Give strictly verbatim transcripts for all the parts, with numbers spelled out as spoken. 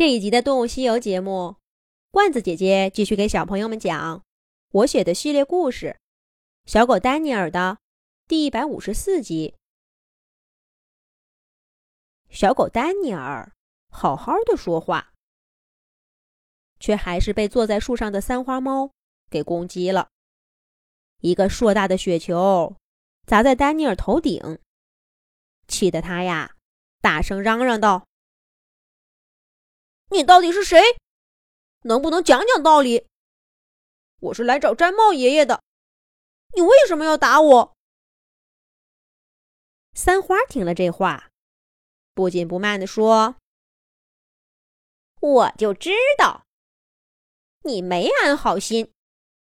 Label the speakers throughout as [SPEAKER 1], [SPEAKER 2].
[SPEAKER 1] 这一集的《动物西游》节目，罐子姐姐继续给小朋友们讲我写的系列故事《小狗丹尼尔》的第一百五十四集。小狗丹尼尔好好的说话，却还是被坐在树上的三花猫给攻击了。一个硕大的雪球砸在丹尼尔头顶，气得他呀大声嚷嚷道：你到底是谁？能不能讲讲道理？我是来找毡帽爷爷的，你为什么要打我？三花听了这话，不紧不慢地说：我就知道你没安好心。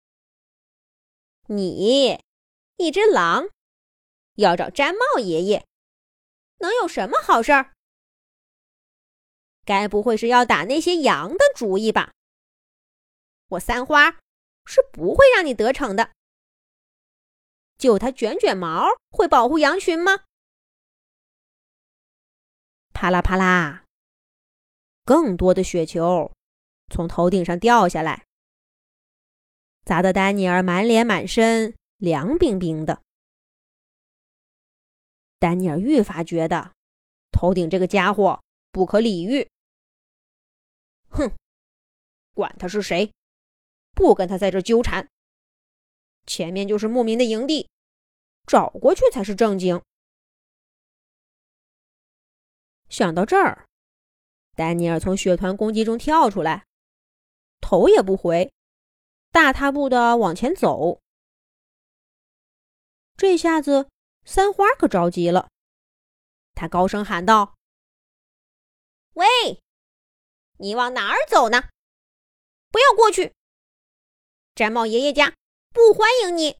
[SPEAKER 1] 你一只狼要找毡帽爷爷，能有什么好事儿？该不会是要打那些羊的主意吧？我三花是不会让你得逞的。就它卷卷毛会保护羊群吗？啪啦啪啦，更多的雪球从头顶上掉下来，砸得丹尼尔满脸满身凉冰冰的。丹尼尔愈发觉得头顶这个家伙不可理喻。哼，管他是谁，不跟他在这纠缠。前面就是牧民的营地，找过去才是正经。想到这儿，丹尼尔从雪团攻击中跳出来，头也不回，大踏步地往前走。这下子三花可着急了，他高声喊道：喂，你往哪儿走呢？不要过去！毡帽爷爷家不欢迎你。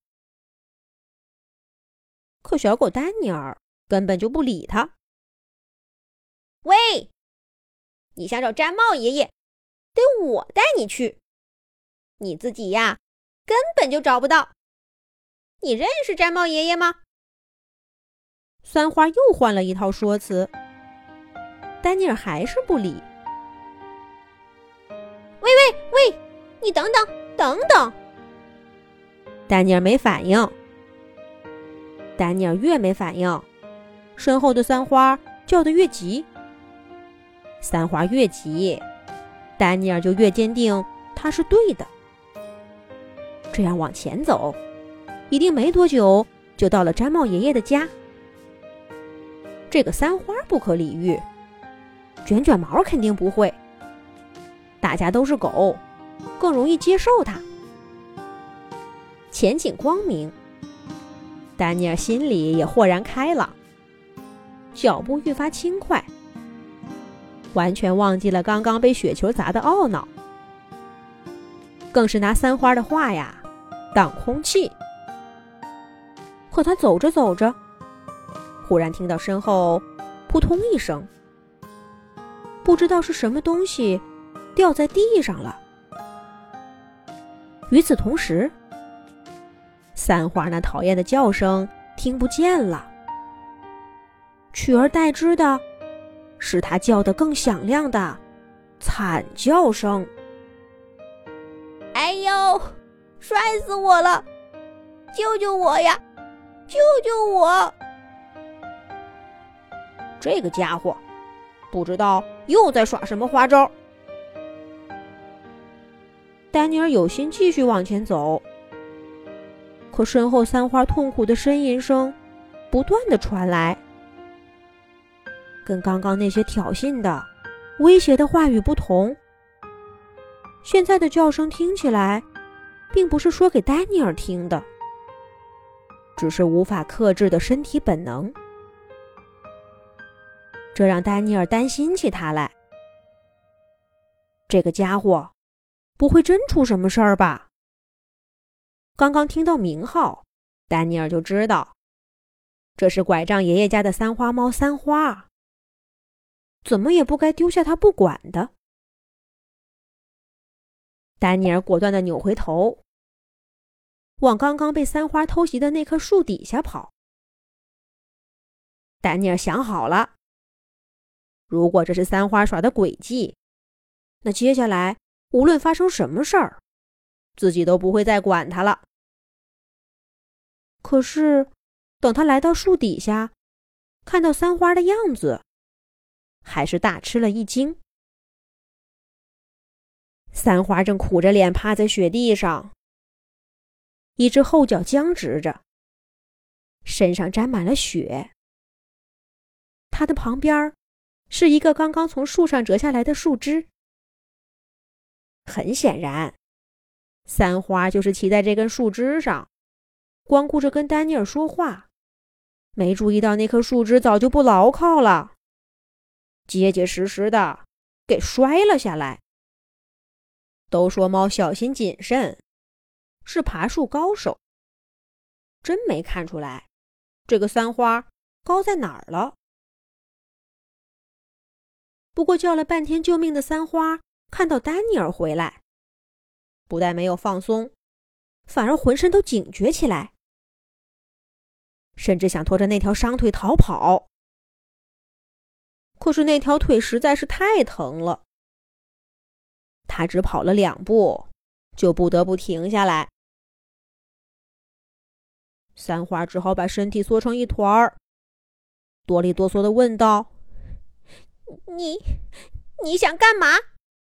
[SPEAKER 1] 可小狗丹尼尔根本就不理他。喂，你想找毡帽爷爷，得我带你去。你自己呀，根本就找不到。你认识毡帽爷爷吗？三花又换了一套说辞，丹尼尔还是不理。喂喂喂，你等等等等！丹尼尔没反应。丹尼尔越没反应，身后的三花叫得越急。三花越急，丹尼尔就越坚定他是对的。这样往前走，一定没多久就到了毡帽爷爷的家。这个三花不可理喻，卷卷毛肯定不会。大家都是狗，更容易接受它。前景光明，丹尼尔心里也豁然开朗，脚步愈发轻快，完全忘记了刚刚被雪球砸的懊恼，更是拿三花的话呀当空气。可他走着走着，忽然听到身后扑通一声，不知道是什么东西掉在地上了。与此同时，三花那讨厌的叫声听不见了，取而代之的是他叫得更响亮的惨叫声。哎呦，摔死我了！救救我呀！救救我！这个家伙不知道又在耍什么花招。丹尼尔有心继续往前走，可身后三花痛苦的呻吟声不断地传来，跟刚刚那些挑衅的、威胁的话语不同。现在的叫声听起来并不是说给丹尼尔听的，只是无法克制的身体本能。这让丹尼尔担心起他来。这个家伙不会真出什么事儿吧？刚刚听到名号，丹尼尔就知道这是拐杖爷爷家的三花猫三花，怎么也不该丢下它不管的。丹尼尔果断地扭回头，往刚刚被三花偷袭的那棵树底下跑。丹尼尔想好了，如果这是三花耍的诡计， 那接下来无论发生什么事儿，自己都不会再管他了。可是等他来到树底下，看到三花的样子，还是大吃了一惊。三花正苦着脸趴在雪地上，一只后脚僵直着，身上沾满了雪。他的旁边是一个刚刚从树上折下来的树枝。很显然，三花就是骑在这根树枝上，光顾着跟丹尼尔说话，没注意到那棵树枝早就不牢靠了，结结实实的给摔了下来。都说猫小心谨慎，是爬树高手，真没看出来这个三花高在哪儿了。不过叫了半天救命的三花看到丹尼尔回来，不但没有放松，反而浑身都警觉起来，甚至想拖着那条伤腿逃跑。可是那条腿实在是太疼了，他只跑了两步，就不得不停下来。三花只好把身体缩成一团儿，哆里哆嗦地问道：“你，你想干嘛？”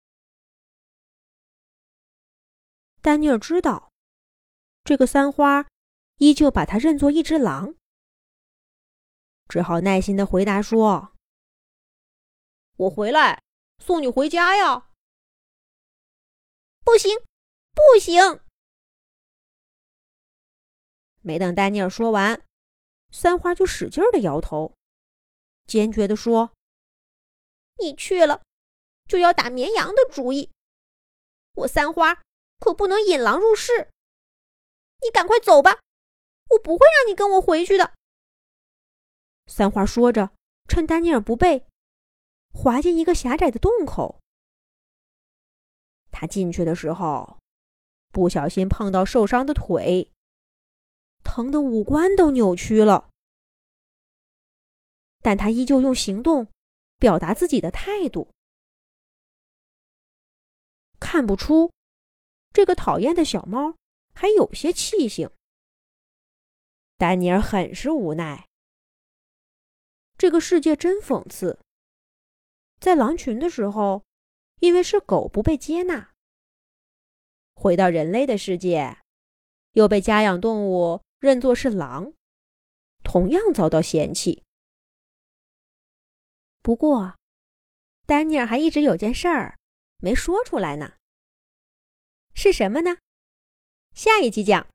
[SPEAKER 1] 丹尼尔知道，这个三花依旧把他认作一只狼，只好耐心地回答说：“我回来送你回家呀。”“不行，不行！”没等丹尼尔说完，三花就使劲地摇头，坚决地说：“你去了，就要打绵羊的主意。我三花可不能引狼入室。你赶快走吧，我不会让你跟我回去的。”三花说着，趁丹尼尔不备，滑进一个狭窄的洞口。他进去的时候，不小心碰到受伤的腿，疼得五官都扭曲了。但他依旧用行动表达自己的态度。看不出，这个讨厌的小猫还有些气性。丹尼尔很是无奈。这个世界真讽刺，在狼群的时候，因为是狗不被接纳，回到人类的世界，又被家养动物认作是狼，同样遭到嫌弃。不过，丹尼尔还一直有件事儿没说出来呢。是什么呢？下一集讲。